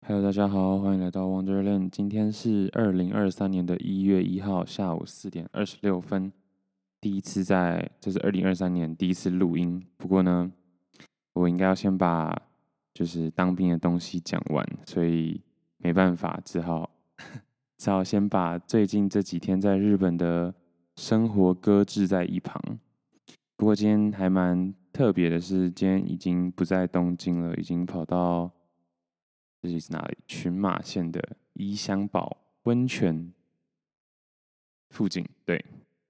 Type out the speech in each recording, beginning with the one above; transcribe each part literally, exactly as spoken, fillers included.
Hello，大家好，欢迎来到 Wonderland。今天是二零二三年的一月一号下午四点二十六分，第一次在，这是二零二三年第一次录音。不过呢，我应该要先把就是当兵的东西讲完，所以没办法，只好只好先把最近这几天在日本的生活搁置在一旁。不过今天还蛮特别的是，今天已经不在东京了，已经跑到这里是哪里？群马县的伊香保温泉附近。对，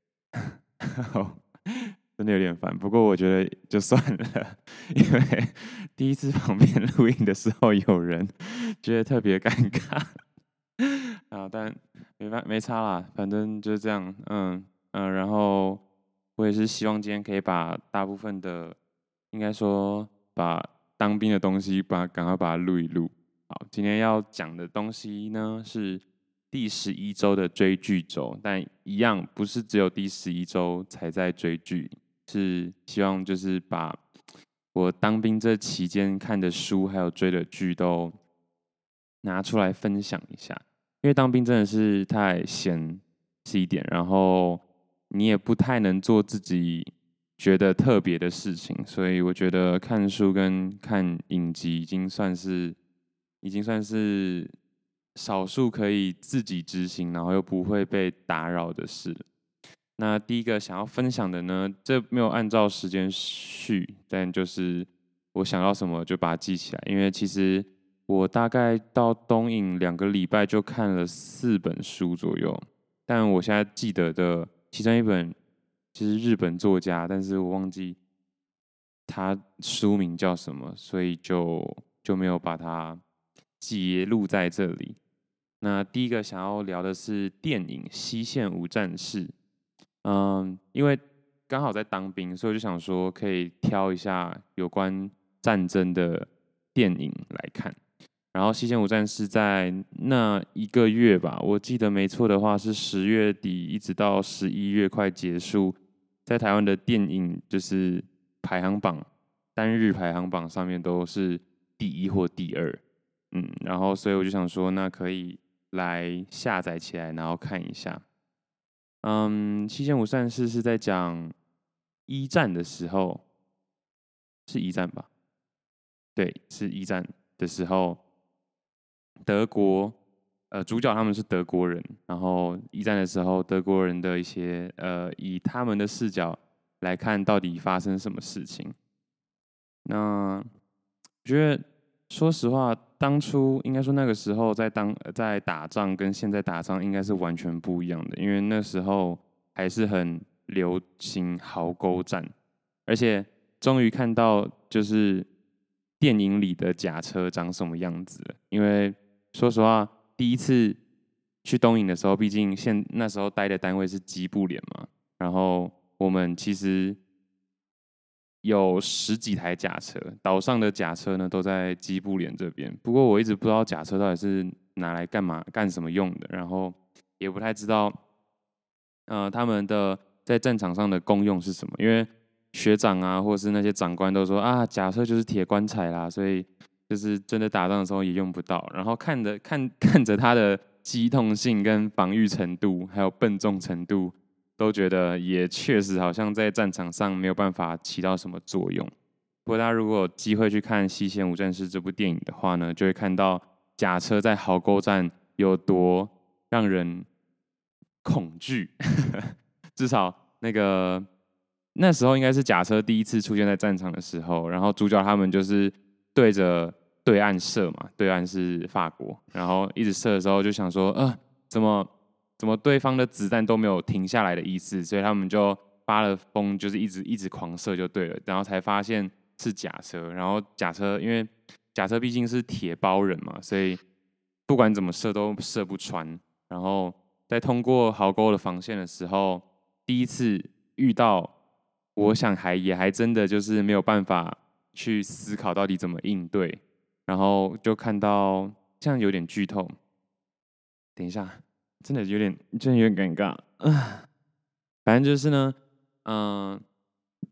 真的有点烦。不过我觉得就算了，因为第一次旁边录音的时候有人，觉得特别尴尬。啊，但没办没差啦，反正就是这样。嗯嗯，然后我也是希望今天可以把大部分的，应该说把当兵的东西，把赶快把它录一录。好，今天要讲的东西呢是第十一周的追剧周，但一样不是只有第十一周才在追剧，是希望就是把我当兵这期间看的书还有追的剧都拿出来分享一下。因为当兵真的是太闲是一点，然后你也不太能做自己觉得特别的事情，所以我觉得看书跟看影集已经算是已经算是少数可以自己执行，然后又不会被打扰的事了。那第一个想要分享的呢，这没有按照时间序，但就是我想到什么就把它记起来，因为其实我大概到东影两个礼拜就看了四本书左右，但我现在记得的其中一本其实日本作家，但是我忘记他书名叫什么，所以就就没有把它记录在这里。那第一个想要聊的是电影《西线无战事》。嗯，因为刚好在当兵，所以我就想说可以挑一下有关战争的电影来看。然后《西线无战事》在那一个月吧，我记得没错的话是十月底一直到十一月快结束，在台湾的电影就是排行榜单日排行榜上面都是第一或第二。嗯，然后所以我就想说，那可以来下载起来，然后看一下。嗯，《七线无战事》是在讲一战的时候，是一战吧？对，是一战的时候，德国，呃，主角他们是德国人，然后一战的时候，德国人的一些呃，以他们的视角来看，到底发生什么事情。那我觉得，说实话，当初应该说那个时候在当呃在打仗，跟现在打仗应该是完全不一样的，因为那时候还是很流行壕沟战，而且终于看到就是电影里的甲车长什么样子了。因为说实话，第一次去东营的时候，毕竟现那时候待的单位是机部连嘛，然后我们其实有十几台甲车，岛上的甲车呢都在机部连这边。不过我一直不知道甲车到底是拿来干嘛、干什么用的，然后也不太知道，呃，他们的在战场上的功用是什么。因为学长啊，或是那些长官都说啊，甲车就是铁棺材啦，所以就是真的打仗的时候也用不到。然后看着看看着它的机动性跟防御程度，还有笨重程度，都觉得也确实好像在战场上没有办法起到什么作用。不过大家如果有机会去看《西线无战事》这部电影的话呢，就会看到甲车在壕沟战有多让人恐惧。至少那个那时候应该是甲车第一次出现在战场的时候，然后主角他们就是对着对岸射嘛，对岸是法国，然后一直射的时候就想说，呃，怎么怎么对方的子弹都没有停下来的意思，所以他们就发了疯，就是一直一直狂射就对了，然后才发现是甲车，然后甲车因为甲车毕竟是铁包人嘛，所以不管怎么射都射不穿，然后在通过壕沟的防线的时候，第一次遇到，我想还也还真的就是没有办法去思考到底怎么应对，然后就看到这样有点剧透，等一下，真的有点真的有点尴尬。反正就是呢，嗯、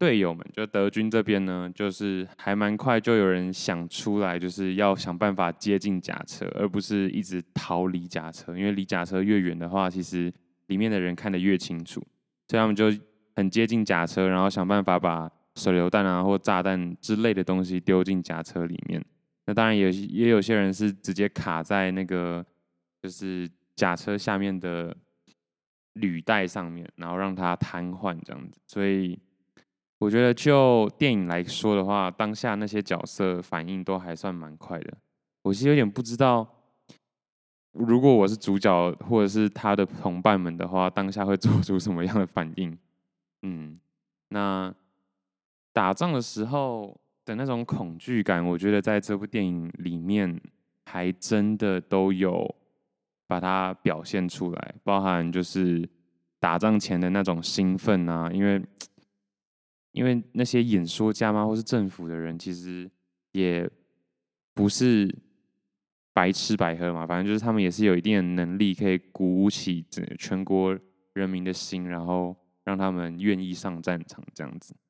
队友们，就德军这边呢，就是还蛮快就有人想出来，就是要想办法接近甲车，而不是一直逃离甲车，因为离甲车越远的话，其实里面的人看得越清楚，所以他们就很接近甲车，然后想办法把手榴弹啊或炸弹之类的东西丢进甲车里面。那当然也也有些人是直接卡在那个就是甲车下面的履带上面，然后让它瘫痪这样子，所以。我觉得就电影来说的话，当下那些角色反应都还算蛮快的。我是有点不知道，如果我是主角或者是他的同伴们的话，当下会做出什么样的反应？嗯，那打仗的时候的那种恐惧感，我觉得在这部电影里面还真的都有把它表现出来，包含就是打仗前的那种兴奋啊，因为因为那些演说家嘛，或是政府的人，其实也不是白吃白喝嘛，反正就是他们也是有一定的能力，可以鼓舞起整个全国人民的心，然后让他们愿意上战场这样子。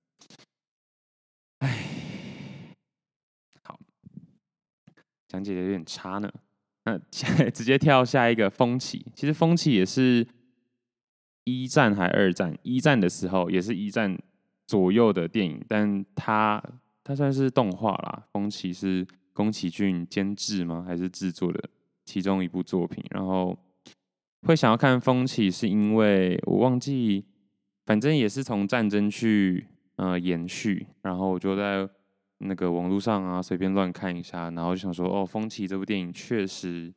唉，好，讲解的有点差呢。那直接跳下一个风起，其实风起也是一战还二战，一战的时候也是一战左右的电影，但它它算是动画啦。风起是宫崎骏监制吗？还是制作的其中一部作品？然后会想要看风起，是因为我忘记，反正也是从战争去呃延续，然后我就在那个网络上啊随便乱看一下，然后就想说，哦，风起这部电影确实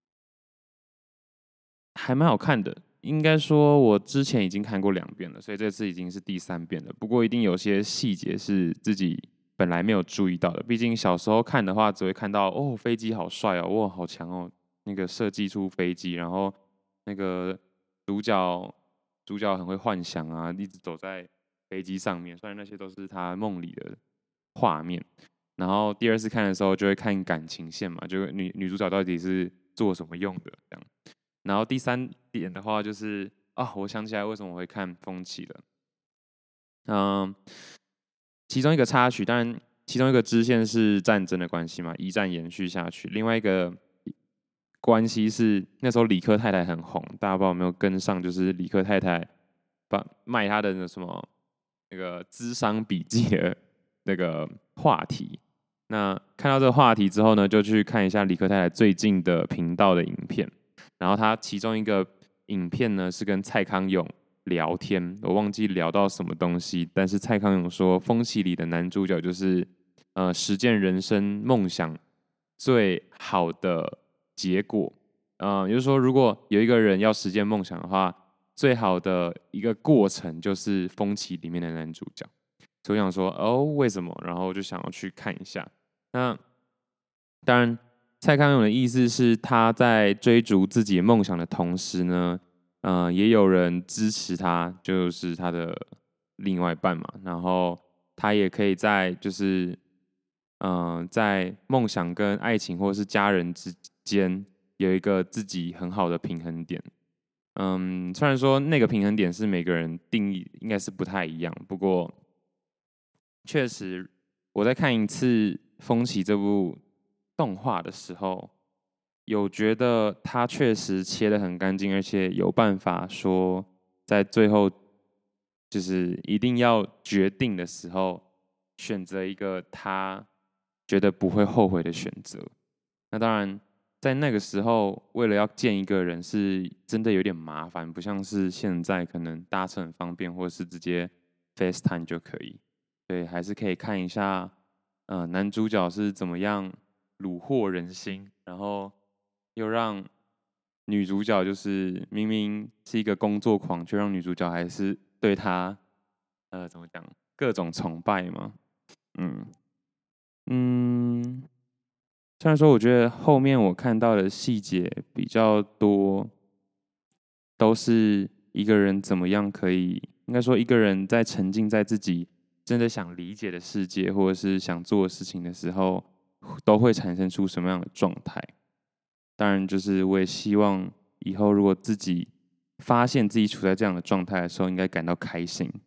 还蛮好看的。应该说，我之前已经看过两遍了，所以这次已经是第三遍了。不过，一定有些细节是自己本来没有注意到的。毕竟小时候看的话，只会看到哦，飞机好帅哦，哇，好强哦，那个设计出飞机，然后那个主角主角很会幻想啊，一直走在飞机上面。虽然那些都是他梦里的画面。然后第二次看的时候，就会看感情线嘛，就女女主角到底是做什么用的这样。然后第三点的话就是啊，我想起来为什么我会看风起了。嗯，其中一个插曲，当然其中一个支线是战争的关系嘛，一战延续下去。另外一个关系是那时候理科太太很红，大家不知道有没有跟上？就是理科太太把卖她的那什么那个智商笔记的那个话题。那看到这个话题之后呢，就去看一下理科太太最近的频道的影片。然后他其中一个影片呢是跟蔡康永聊天，我忘记聊到什么东西，但是蔡康永说，风起里的男主角就是呃实践人生梦想最好的结果。嗯、呃，也就是说，如果有一个人要实践梦想的话，最好的一个过程就是风起里面的男主角。所以我想说，哦，为什么？然后我就想要去看一下。那当然，蔡康永的意思是他在追逐自己的梦想的同时呢，呃，也有人支持他，就是他的另外一半嘛。然后他也可以在就是嗯、呃在梦想跟爱情或是家人之间有一个自己很好的平衡点。嗯，虽然说那个平衡点是每个人定义应该是不太一样，不过确实我在看一次《风起》这部动画的时候，有觉得它确实切得很干净，而且有办法说在最后就是一定要决定的时候，选择一个他觉得不会后悔的选择。那当然，在那个时候，为了要见一个人，是真的有点麻烦，不像是现在可能搭车很方便，或者是直接 FaceTime 就可以。对，还是可以看一下，呃，男主角是怎么样虏获人心，然后又让女主角就是明明是一个工作狂，却让女主角还是对他，呃，怎么讲，各种崇拜嘛。嗯嗯，虽然说我觉得后面我看到的细节比较多，都是一个人怎么样可以，应该说一个人在沉浸在自己真的想理解的世界，或者是想做的事情的时候，都会产生出什么样的状态。当然，就是我也希望以后如果自己发现自己处在这样的状态的时候，应该感到开心。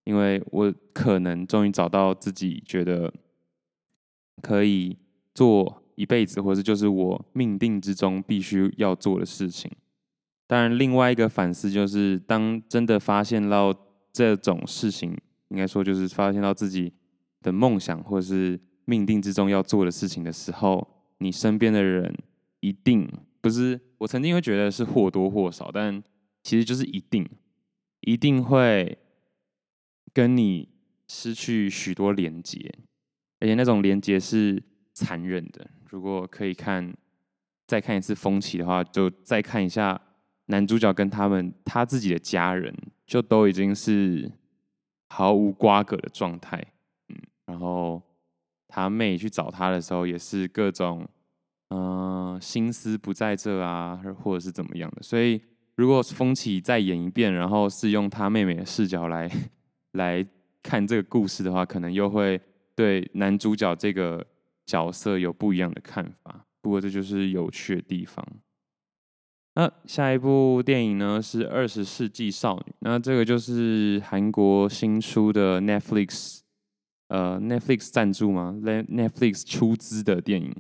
因为我可能终于找到自己觉得可以做一辈子，或是就是我命定之中必须要做的事情。当然，另外一个反思就是，当真的发现到这种事情，应该说就是发现到自己的梦想或是命定之中要做的事情的时候，你身边的人一定不是，我曾经会觉得是或多或少，但其实就是一定，一定会跟你失去许多连接，而且那种连接是残忍的。如果可以看再看一次《风起》的话，就再看一下男主角跟他们他自己的家人，就都已经是毫无瓜葛的状态。嗯，然后他妹去找他的时候，也是各种嗯、呃心思不在这啊，或者是怎么样的。所以如果风起再演一遍，然后是用他妹妹的视角来来看这个故事的话，可能又会对男主角这个角色有不一样的看法。不过这就是有趣的地方。那下一部电影呢是《二十世纪少女》，那这个就是韩国新出的 Netflix， 呃 Netflix 赞助吗 ？Netflix 出资的电影。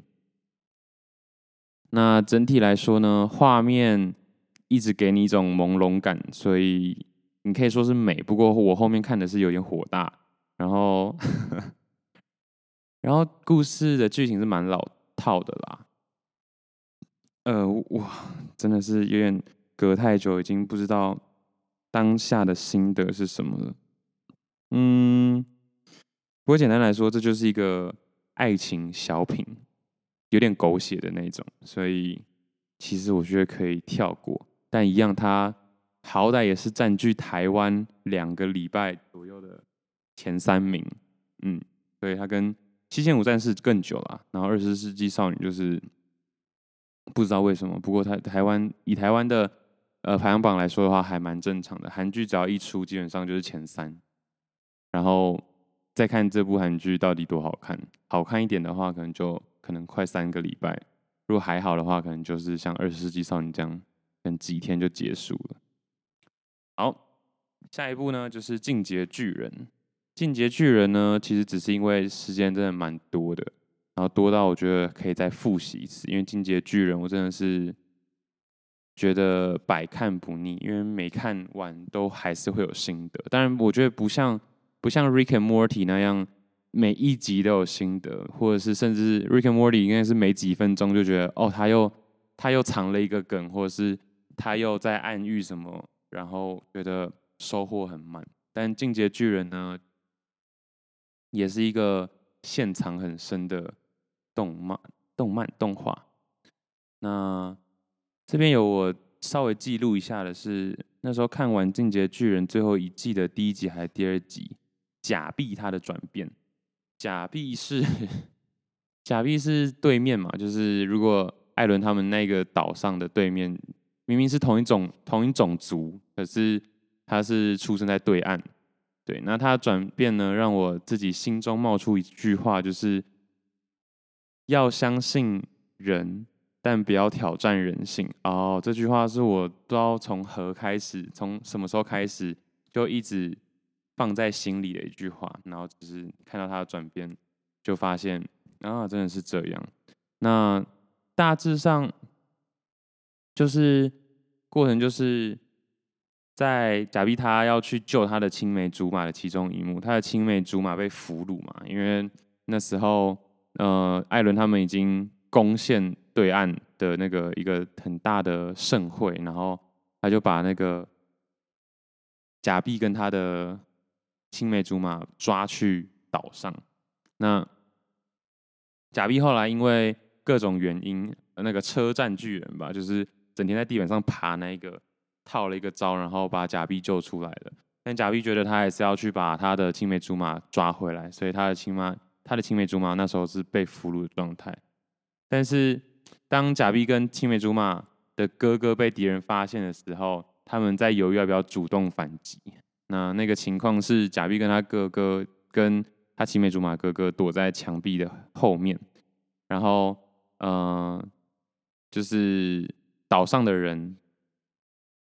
那整体来说呢，画面一直给你一种朦胧感，所以你可以说是美。不过我后面看的是有点火大，然后然后故事的剧情是蛮老套的啦。呃，哇，真的是有点隔太久，已经不知道当下的心得是什么了。嗯，不过简单来说，这就是一个爱情小品，有点狗血的那种，所以其实我觉得可以跳过。但一样，它好歹也是占据台湾两个礼拜左右的前三名，嗯，所以它跟《七仙五战士》更久了，然后《二十世纪少女》就是不知道为什么，不过台台湾以台湾的呃排行榜来说的话，还蛮正常的。韩剧只要一出，基本上就是前三。然后再看这部韩剧到底多好看，好看一点的话，可能就可能快三个礼拜；如果还好的话，可能就是像《二十世纪少女》这样，可能几天就结束了。好，下一部呢就是《进阶巨人》。《进阶巨人》呢，其实只是因为时间真的蛮多的，然后多到我觉得可以再复习一次，因为《进阶巨人》我真的是觉得百看不腻，因为每看完都还是会有心得。当然，我觉得不像不像 Rick and Morty 那样每一集都有心得，或者是甚至 Rick and Morty 应该是每几分钟就觉得哦，他又他又藏了一个梗，或者是他又在暗喻什么，然后觉得收获很满。但《进阶巨人》呢，也是一个现藏很深的动漫、动漫动画。那这边有我稍微记录一下的是，那时候看完《进阶巨人》最后一季的第一集还是第二集，假币它的转变。假币是假币是对面嘛，就是如果艾伦他们那个岛上的对面明明是同一种同一种族，可是他是出生在对岸。对，那他的转变呢，让我自己心中冒出一句话，就是要相信人，但不要挑战人性。哦，这句话是我不知道从何开始，从什么时候开始就一直放在心里的一句话。然后只是看到他的转变，就发现啊，真的是这样。那大致上就是过程就是在假币他要去救他的青梅竹马的其中一幕，他的青梅竹马被俘虏嘛，因为那时候呃艾伦他们已经攻陷对岸的那个一个很大的盛会，然后他就把那个假币跟他的青梅竹马抓去岛上。那假币后来因为各种原因，那个车站巨人吧，就是整天在地板上爬那一个，套了一个招，然后把假币救出来了。但假币觉得他还是要去把他的青梅竹马抓回来，所以他的青马他的青梅竹马那时候是被俘虏的状态。但是当假币跟青梅竹马的哥哥被敌人发现的时候，他们在犹豫要不要主动反击。那那个情况是假币跟他哥哥跟他青梅竹马哥哥躲在墙壁的后面，然后呃，就是岛上的人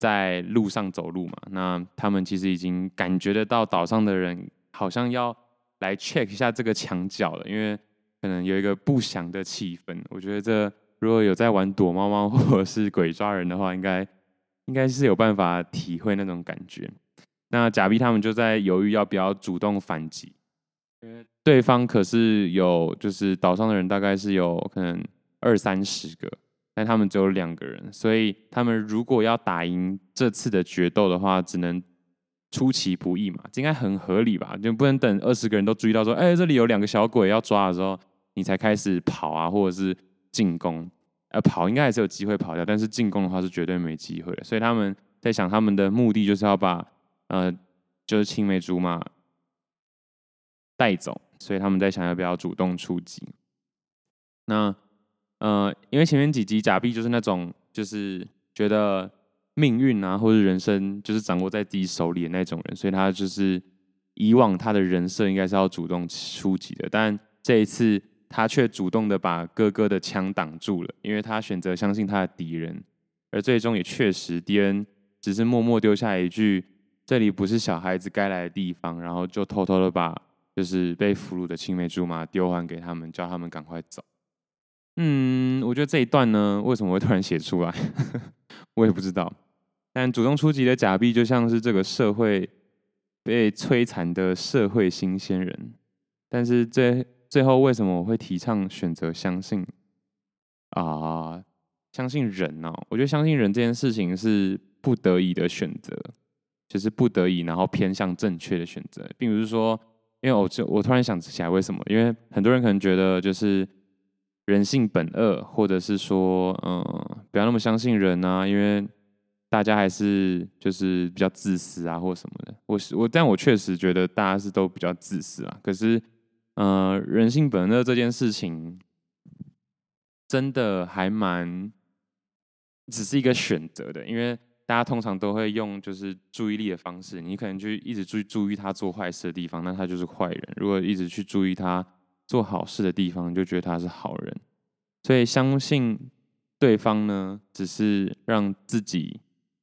在路上走路嘛，那他们其实已经感觉得到岛上的人好像要来 check 一下这个墙角了，因为可能有一个不祥的气氛。我觉得这如果有在玩躲猫猫或者是鬼抓人的话，应该应该是有办法体会那种感觉。那假币他们就在犹豫要不要主动反击，因为对方可是有就是岛上的人大概是有可能二三十个。但他们只有两个人，所以他们如果要打赢这次的决斗的话，只能出其不意嘛，这应该很合理吧？就不能等二十个人都注意到说，哎、欸，这里有两个小鬼要抓的时候，你才开始跑啊，或者是进攻。呃，跑应该还是有机会跑掉，但是进攻的话是绝对没机会的。所以他们在想，他们的目的就是要把呃，就是青梅竹马带走，所以他们在想要不要主动出击。那呃，因为前面几集假币就是那种，就是觉得命运啊，或者人生就是掌握在自己手里的那种人，所以他就是以往他的人设应该是要主动出击的，但这一次他却主动的把哥哥的枪挡住了，因为他选择相信他的敌人，而最终也确实，敌人只是默默丢下一句“这里不是小孩子该来的地方”，然后就偷偷的把就是被俘虏的青梅竹马丢还给他们，叫他们赶快走。嗯，我觉得这一段呢，为什么会突然写出来，我也不知道。但主动出击的假币就像是这个社会被摧残的社会新鲜人，但是最最后为什么我会提倡选择相信啊？相信人哦，我觉得相信人这件事情是不得已的选择，就是不得已，然后偏向正确的选择，并不是说，因为我就我突然想起来为什么，因为很多人可能觉得就是人性本恶，或者是说，嗯，不要那么相信人啊，因为大家还是就是比较自私啊，或什么的。我是我，但我确实觉得大家是都比较自私啊。可是，呃，人性本恶这件事情，真的还蛮只是一个选择的，因为大家通常都会用就是注意力的方式，你可能就一直注注意他做坏事的地方，那他就是坏人；如果一直去注意他做好事的地方，你就觉得他是好人。所以相信对方呢，只是让自己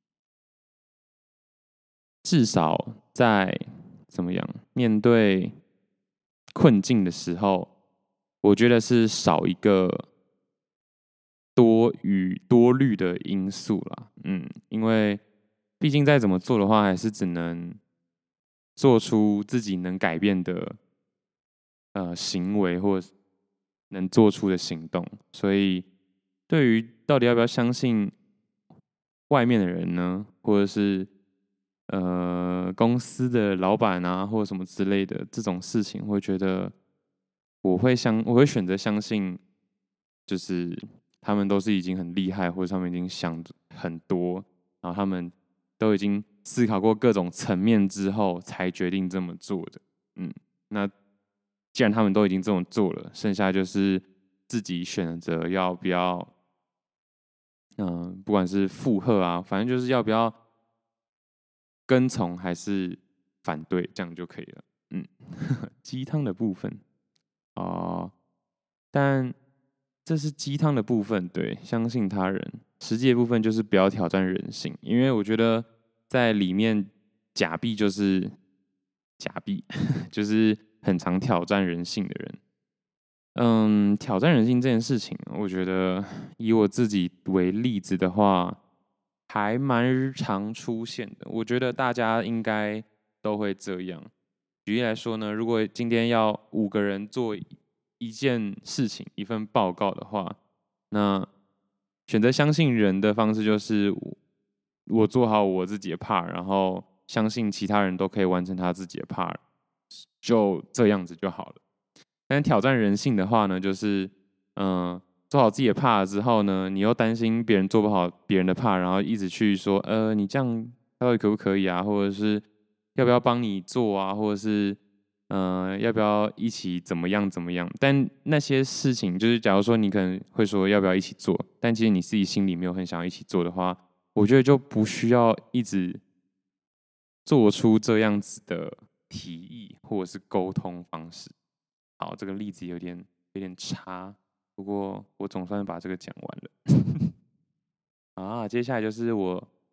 至少在怎么样面对困境的时候，我觉得是少一个多与多虑的因素啦。嗯，因为毕竟再怎么做的话，还是只能做出自己能改变的呃行为，或者能做出的行动。所以，对于到底要不要相信外面的人呢，或者是呃公司的老板啊，或者什么之类的这种事情，我会觉得我会相我会选择相信，就是他们都是已经很厉害，或者他们已经想很多，然后他们都已经思考过各种层面之后，才决定这么做的。嗯，那既然他们都已经这么做了，剩下就是自己选择要不要，嗯、不管是附和啊，反正就是要不要跟从还是反对，这样就可以了。嗯，鸡汤的部分哦，但这是鸡汤的部分，对，相信他人。实际的部分就是不要挑战人性，因为我觉得在里面假币就是假币，就是很常挑战人性的人。嗯，挑战人性这件事情，我觉得以我自己为例子的话，还蛮常出现的。我觉得大家应该都会这样。举例来说呢，如果今天要五个人做一件事情、一份报告的话，那选择相信人的方式就是我我做好我自己的 part，然后相信其他人都可以完成他自己的 part，就这样子就好了。但挑战人性的话呢，就是嗯、呃做好自己的 part 之后呢，你又担心别人做不好别人的 part，然后一直去说，呃，你这样到底可不可以啊？或者是要不要帮你做啊？或者是呃，要不要一起怎么样怎么样？但那些事情，就是假如说你可能会说要不要一起做，但其实你自己心里没有很想要一起做的话，我觉得就不需要一直做出这样子的提议或者是沟通方式。好，这个例子有点有点差，不过我总算把这个讲完了。啊，接下来就是我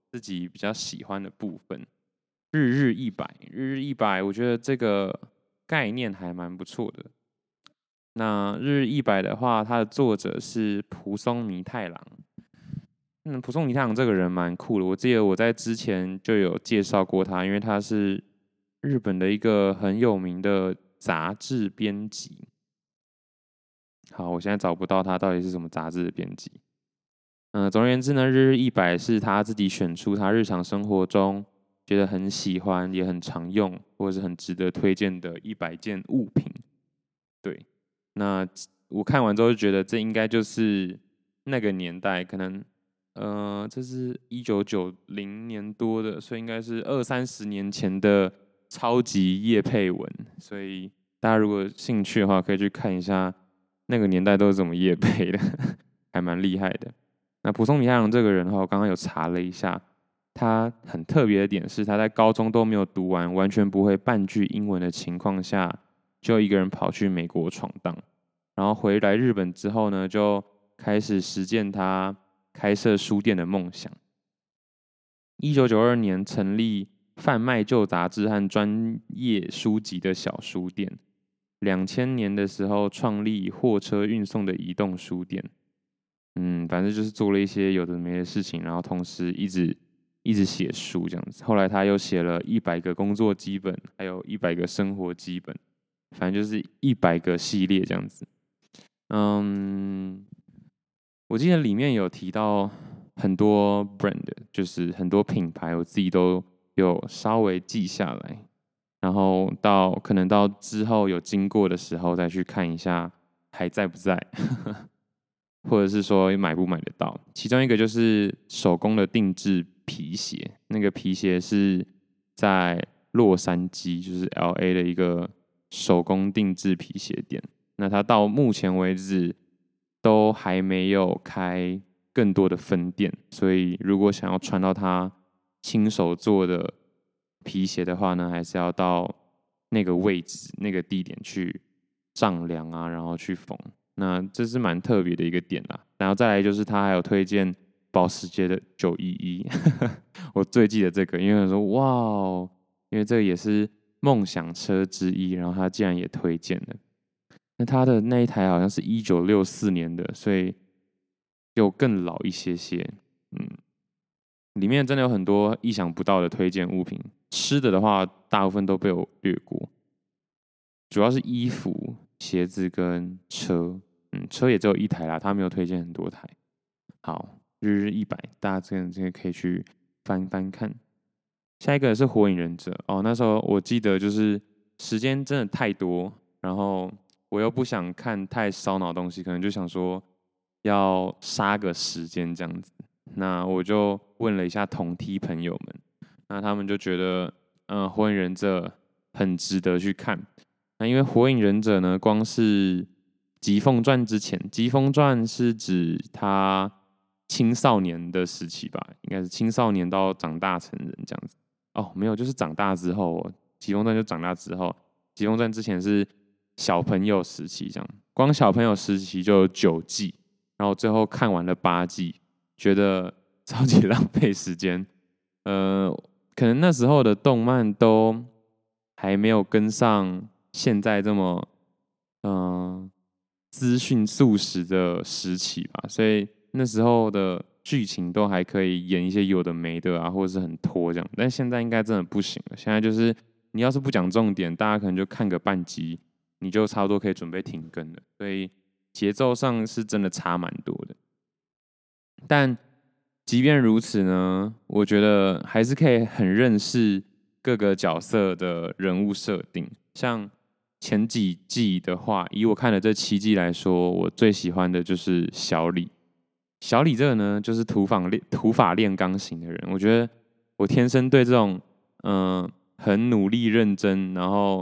自己比较喜欢的部分。日日一百，日日一百，我觉得这个概念还蛮不错的。那日日一百的话，它的作者是蒲松弥太郎。嗯，蒲松弥太郎这个人蛮酷的，我记得我在之前就有介绍过他，因为他是日本的一个很有名的杂志编辑。好，我现在找不到他到底是什么杂志的编辑。嗯、呃，总而言之呢，日日一百是他自己选出他日常生活中觉得很喜欢、也很常用，或者是很值得推荐的一百件物品。对，那我看完之后就觉得这应该就是那个年代，可能呃，这是一九九零年多的，所以应该是二三十年前的超级业配文。所以大家如果有兴趣的话，可以去看一下那个年代都是怎么业配的，还蛮厉害的。那蒲松弥太郎这个人的话，我刚刚有查了一下，他很特别的点是，他在高中都没有读完，完全不会半句英文的情况下，就一个人跑去美国闯荡，然后回来日本之后呢，就开始实践他开设书店的梦想。一九九二年成立贩卖旧杂志和专业书籍的小书店。两千年的时候创立货车运送的移动书店。嗯，反正就是做了一些有的没的事情，然后同时一直一直写书这样子。后来他又写了一百个工作基本，还有一百个生活基本，反正就是一百个系列这样子。嗯，我记得里面有提到很多 brand， 就是很多品牌，我自己都有稍微记下来，然后到可能到之后有经过的时候再去看一下还在不在。或者是说买不买得到。其中一个就是手工的定制皮鞋，那个皮鞋是在洛杉矶，就是 L A 的一个手工定制皮鞋店。那它到目前为止都还没有开更多的分店，所以如果想要穿到它亲手做的皮鞋的话呢，还是要到那个位置、那个地点去丈量啊，然后去缝。那这是蛮特别的一个点啦。然后再来就是他还有推荐保时捷的九一一，我最记得这个，因为他说哇哦，因为这个也是梦想车之一，然后他竟然也推荐了。那他的那一台好像是一九六四年的，所以又更老一些些。嗯，里面真的有很多意想不到的推荐物品。吃的的话，大部分都被我略过，主要是衣服、鞋子跟车。嗯，车也只有一台啦，他没有推荐很多台。好，日日一百，大家真的真的可以去翻翻看。下一个是火影忍者哦，那时候我记得就是时间真的太多，然后我又不想看太烧脑的东西，可能就想说要杀个时间这样子。那我就问了一下同梯朋友们，那他们就觉得，嗯、呃，火影忍者很值得去看。那因为火影忍者呢，光是疾风传之前，疾风传是指他青少年的时期吧，应该是青少年到长大成人这样子。哦，没有，就是长大之后、哦，疾风传就长大之后，疾风传之前是小朋友时期这样。光小朋友时期就有九季，然后最后看完了八季，觉得超级浪费时间。呃，可能那时候的动漫都还没有跟上现在这么，嗯、呃。资讯速食的时期吧，所以那时候的剧情都还可以演一些有的没的啊，或者是很拖这样。但现在应该真的不行了，现在就是你要是不讲重点，大家可能就看个半集，你就差不多可以准备停更了。所以节奏上是真的差蛮多的。但即便如此呢，我觉得还是可以很认识各个角色的人物设定，像。前几季的话，以我看的这七季来说，我最喜欢的就是小李。小李这个呢，就是土法炼土法炼钢型的人。我觉得我天生对这种嗯、呃、很努力认真，然后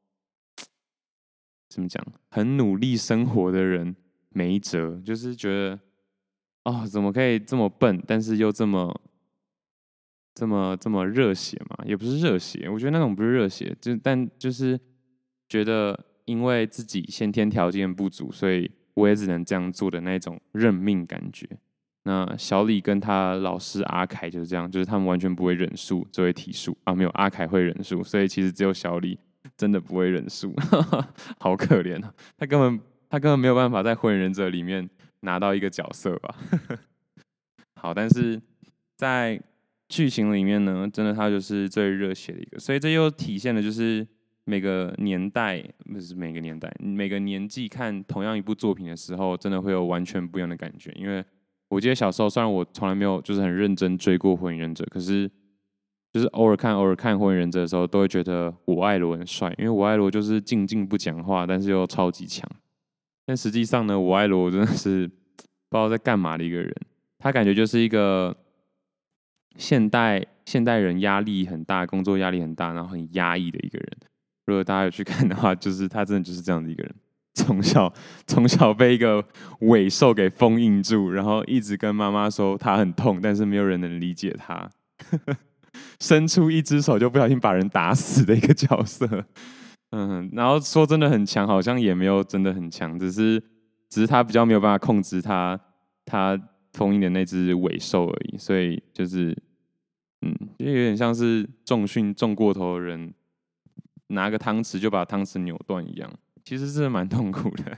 怎么讲，很努力生活的人没辙。就是觉得哦，怎么可以这么笨，但是又这么这么这么热血嘛？也不是热血，我觉得那种不是热血，就但就是觉得因为自己先天条件不足，所以我也只能这样做的那种认命感觉。 那小李跟他老师阿凯就是这样，就是他们完全不会忍术，只会体术啊，没有阿凯会忍术，所以其实只有小李真的不会忍术，好可怜啊！他根本他根本没有办法在火影忍者里面拿到一个角色吧？好，但是在剧情里面呢，真的他就是最热血的一个，所以这又体现了就是每个年代不是每个年代，每个年纪看同样一部作品的时候，真的会有完全不一样的感觉。因为我记得小时候，虽然我从来没有就是很认真追过火影忍者，可是就是偶尔看偶尔看火影忍者的时候，都会觉得我爱罗很帅，因为我爱罗就是静静不讲话，但是又超级强。但实际上呢，我爱罗真的是不知道在干嘛的一个人，他感觉就是一个现代现代人压力很大，工作压力很大，然后很压抑的一个人。如果大家有去看的话，就是他真的就是这样的一个人，从小从小被一个尾兽给封印住，然后一直跟妈妈说他很痛，但是没有人能理解他，伸出一只手就不小心把人打死的一个角色。嗯，然后说真的很强，好像也没有真的很强，只是只是他比较没有办法控制他他封印的那只尾兽而已，所以就是嗯，就有点像是重训重过头的人拿个汤匙就把汤匙扭断一样，其实是蛮痛苦的。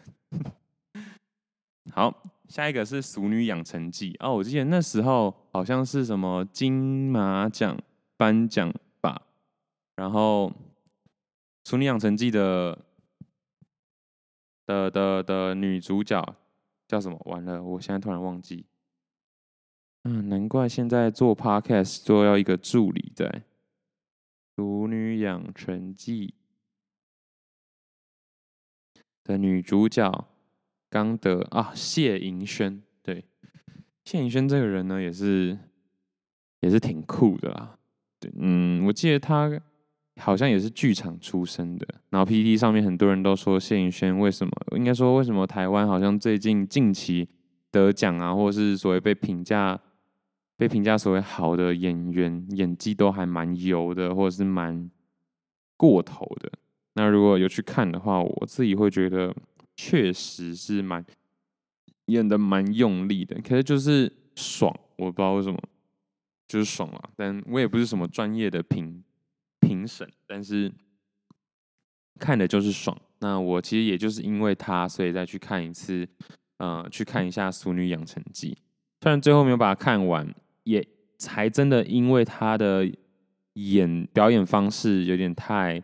好，下一个是《俗女养成记》哦，我记得那时候好像是什么金马奖颁奖吧，然后《俗女养成记》的的的的女主角叫什么？完了，我现在突然忘记。嗯，难怪现在做 podcast 都要一个助理在。《俗女养成记》的女主角刚得啊，谢盈萱。对，谢盈萱这个人呢，也是也是挺酷的啦。对，嗯，我记得她好像也是剧场出身的。然后 P T T 上面很多人都说谢盈萱为什么，应该说为什么台湾好像最近近期得奖啊，或是所谓被评价被评价所谓好的演员，演技都还蛮油的，或者是蛮过头的。那如果有去看的话，我自己会觉得确实是蛮演的蛮用力的，可是就是爽，我不知道为什么，就是爽啦。但我也不是什么专业的评评审，但是看的就是爽。那我其实也就是因为他，所以再去看一次，呃，去看一下《俗女养成记》。虽然最后没有把它看完，也才真的因为他的演表演方式有点太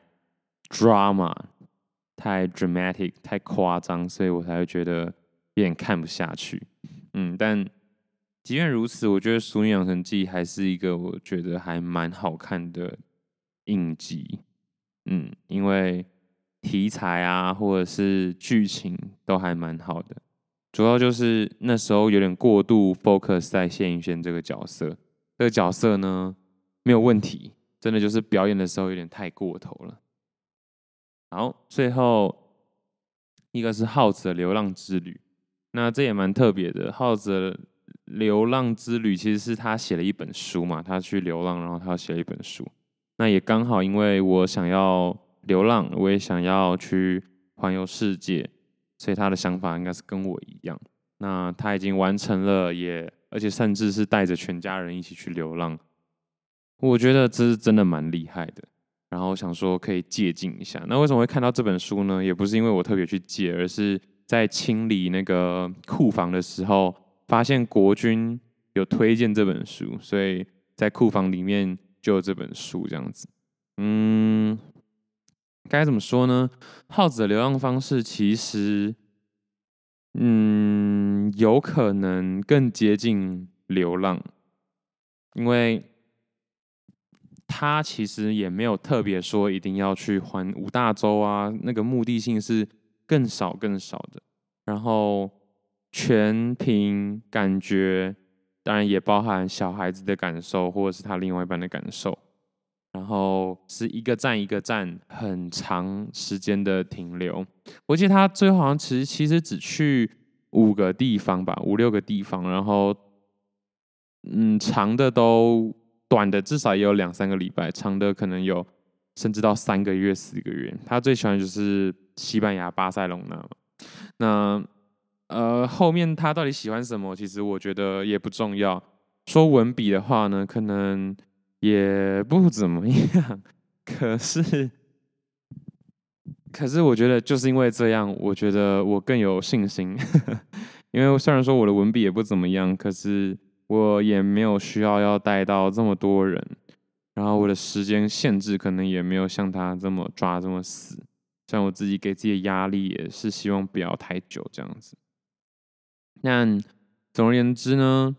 drama、太 dramatic、太夸张，所以我才会觉得有点看不下去。嗯，但即便如此，我觉得《俗女养成记》还是一个我觉得还蛮好看的影集。嗯，因为题材啊，或者是剧情都还蛮好的。主要就是那时候有点过度 focus 在谢盈萱这个角色，这个角色呢没有问题，真的就是表演的时候有点太过头了。好，最后一个是耗子的流浪之旅，那这也蛮特别的。耗子的流浪之旅其实是他写了一本书嘛，他去流浪，然后他写了一本书。那也刚好，因为我想要流浪，我也想要去环游世界，所以他的想法应该是跟我一样。那他已经完成了也，也而且甚至是带着全家人一起去流浪。我觉得这是真的蛮厉害的。然后想说可以借鉴一下。那为什么会看到这本书呢？也不是因为我特别去借，而是在清理那个库房的时候，发现国军有推荐这本书，所以在库房里面就有这本书这样子。嗯，该怎么说呢？耗子的流浪方式其实，嗯，有可能更接近流浪，因为他其实也没有特别说一定要去环五大洲啊，那个目的性是更少更少的。然后全凭感觉，当然也包含小孩子的感受，或者是他另外一半的感受。然后是一个站一个站，很长时间的停留。我记得他最后好像其实其实只去五个地方吧，五六个地方，然后嗯，长的都短的至少也有两三个礼拜，长的可能有甚至到三个月、四个月。他最喜欢就是西班牙巴塞隆纳嘛。那呃，后面他到底喜欢什么，其实我觉得也不重要。说文笔的话呢，可能也不怎么样。可是，可是我觉得就是因为这样，我觉得我更有信心。因为虽然说我的文笔也不怎么样，可是我也没有需要要带到这么多人，然后我的时间限制可能也没有像他这么抓这么死。像我自己给自己的压力也是希望不要太久这样子。那总而言之呢，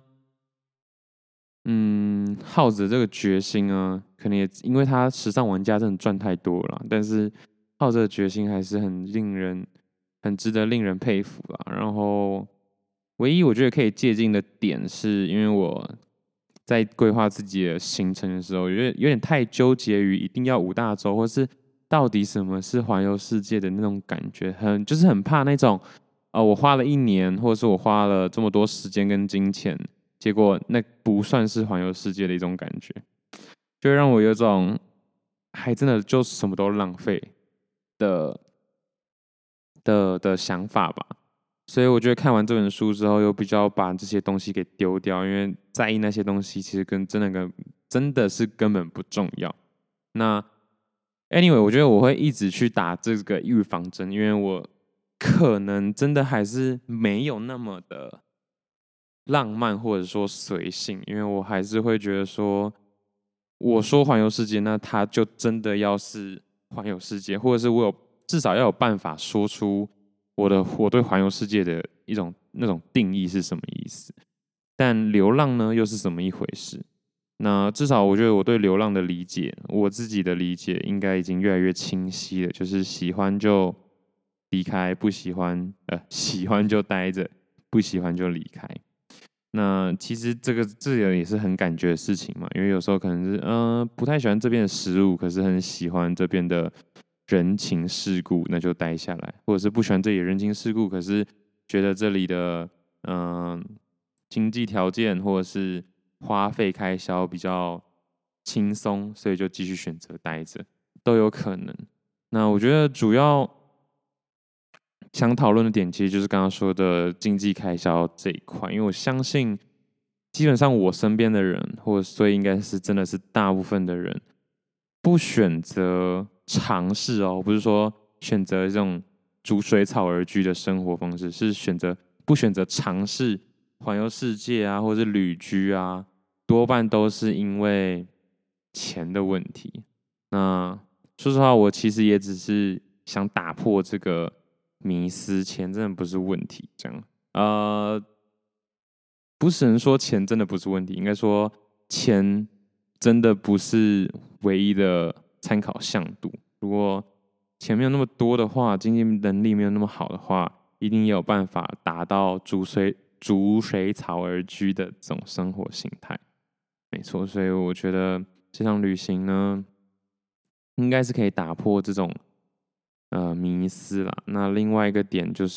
嗯，耗子的这个决心啊，可能也因为他时尚玩家真的赚太多了啦，但是耗子的决心还是很令人、很值得令人佩服啦。然后，唯一我觉得可以借鉴的点，是因为我在规划自己的行程的时候，有点有点太纠结于一定要五大洲，或是到底什么是环游世界的那种感觉，很就是很怕那种，呃，我花了一年，或者是我花了这么多时间跟金钱。结果那不算是环游世界的一种感觉，就会让我有种还真的就什么都浪费的的的想法吧。所以我觉得看完这本书之后，又比较把这些东西给丢掉，因为在意那些东西，其实跟真的跟真的是根本不重要。那 anyway，我觉得我会一直去打这个预防针，因为我可能真的还是没有那么的浪漫或者说随性，因为我还是会觉得说，我说环游世界，那它就真的要是环游世界，或者是我有至少要有办法说出我的我对环游世界的一种那种定义是什么意思。但流浪呢，又是什么一回事？那至少我觉得我对流浪的理解，我自己的理解应该已经越来越清晰了，就是喜欢就离开，不喜欢呃喜欢就待着，不喜欢就离开。那其实这个这个也是很感觉的事情嘛，因为有时候可能是嗯、呃、不太喜欢这边的食物，可是很喜欢这边的人情世故，那就待下来；或者是不喜欢这里的人情世故，可是觉得这里的嗯、呃经济条件或者是花费开销比较轻松，所以就继续选择待着，都有可能。那我觉得主要想讨论的点，其实就是刚刚说的经济开销这一块，因为我相信，基本上我身边的人，或者所以应该是真的是大部分的人，不选择尝试哦，不是说选择这种逐水草而居的生活方式，是选择不选择尝试环游世界啊，或者是旅居啊，多半都是因为钱的问题。那说实话，我其实也只是想打破这个迷思，钱真的不是问题。这样，呃，不是能说钱真的不是问题，应该说钱真的不是唯一的参考向度。如果钱没有那么多的话，经济能力没有那么好的话，一定也有办法达到逐水逐水草而居的这种生活形态。没错，所以我觉得这趟旅行呢，应该是可以打破这种呃迷思啦。那另外一个点就是，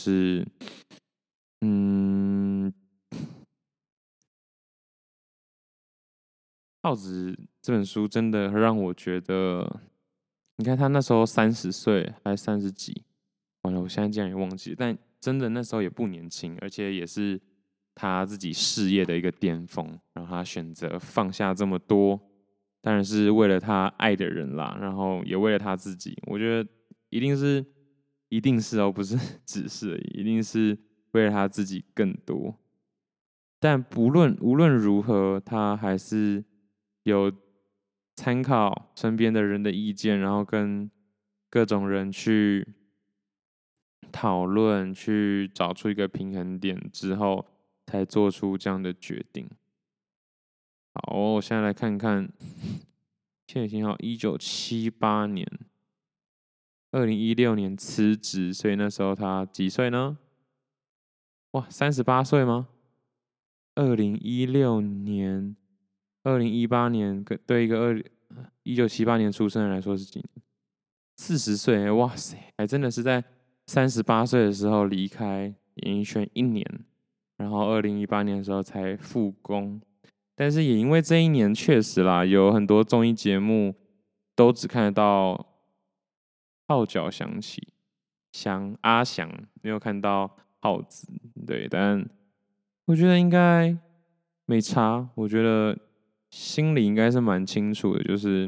嗯，《耗子》这本书真的让我觉得，你看他那时候三十岁还三十几，完了，我现在竟然也忘记了，但真的那时候也不年轻，而且也是他自己事业的一个巅峰，然后他选择放下这么多，当然是为了他爱的人啦，然后也为了他自己，我觉得一定是，一定是哦，不是只是而已，一定是为了他自己更多。但不论无论如何，他还是有参考身边的人的意见，然后跟各种人去讨论，去找出一个平衡点之后，才做出这样的决定。好，我现在来看看，现在已经好一九七八年，二零一六年辞职，所以那时候他几岁呢？哇，三十八岁吗？二零一六年，二零一八年，对一个二一九七八年出生的人来说是几年？四十岁，哇塞，还真的是在三十八岁的时候离开演艺圈一年，然后二零一八年的时候才复工。但是也因为这一年确实啦，有很多综艺节目都只看得到号角响起，翔阿翔没有看到耗子，对，但我觉得应该没差，我觉得心里应该是蛮清楚的，就是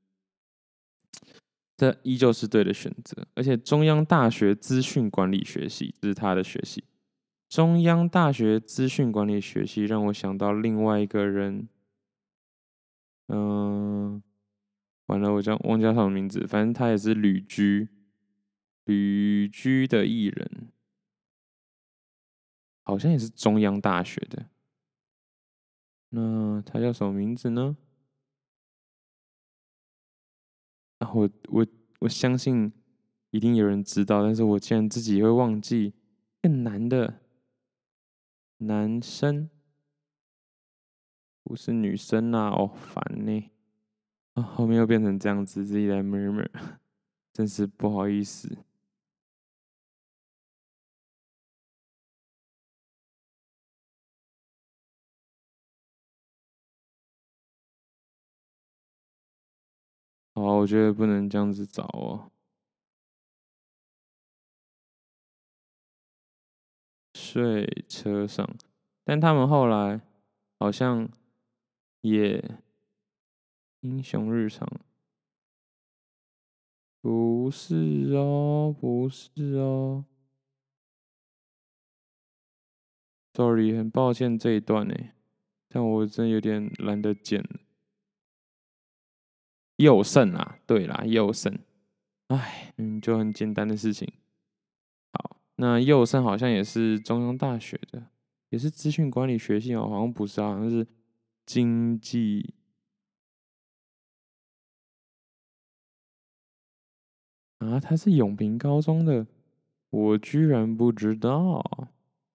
这依旧是对的选择。而且中央大学资讯管理学系，这是他的学系。中央大学资讯管理学系让我想到另外一个人，嗯、完了，我叫忘记叫什么名字，反正他也是旅居旅居的艺人，好像也是中央大学的。那他叫什么名字呢？啊，我我我相信一定有人知道，但是我竟然自己会忘记。更男的男生不是女生啊，哦，烦呢、啊，后面又变成这样子，自己来 murmur，真是不好意思。好，我觉得不能这样子找哦。睡车上，但他们后来好像也英雄日常，不是哦，不是哦，sorry，很抱歉这一段呢，但我真有点懒得剪了。佑胜啊，对啦，佑胜，唉，嗯，就很简单的事情。好，那佑胜好像也是中央大学的，也是资讯管理学系哦，好像不是啊，好像是经济啊，他是永平高中的，我居然不知道。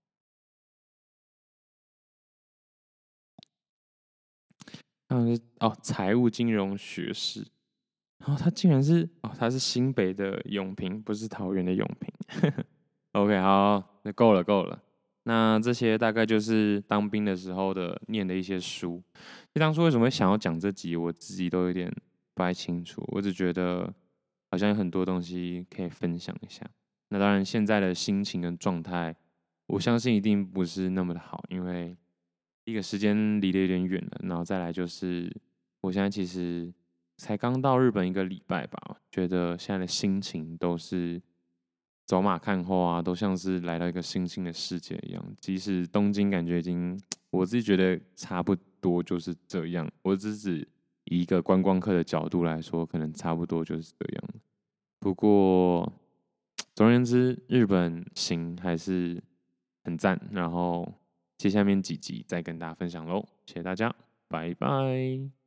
他是哦，财务金融学士，然后他竟然是哦，他是新北的永平，不是桃园的永平。OK，好，那够了，够了。那这些大概就是当兵的时候的念的一些书。就当初为什么会想要讲这集，我自己都有点不太清楚。我只觉得好像有很多东西可以分享一下。那当然，现在的心情跟状态，我相信一定不是那么的好，因为一个时间离得有点远了，然后再来就是我现在其实才刚到日本一个礼拜吧，觉得现在的心情都是走马看花啊，都像是来到一个新兴的世界一样。即使东京感觉已经，我自己觉得差不多就是这样。我只是以一个观光客的角度来说，可能差不多就是这样。不过总而言之，日本行还是很赞。然后接下面几集再跟大家分享喽，谢谢大家，拜拜。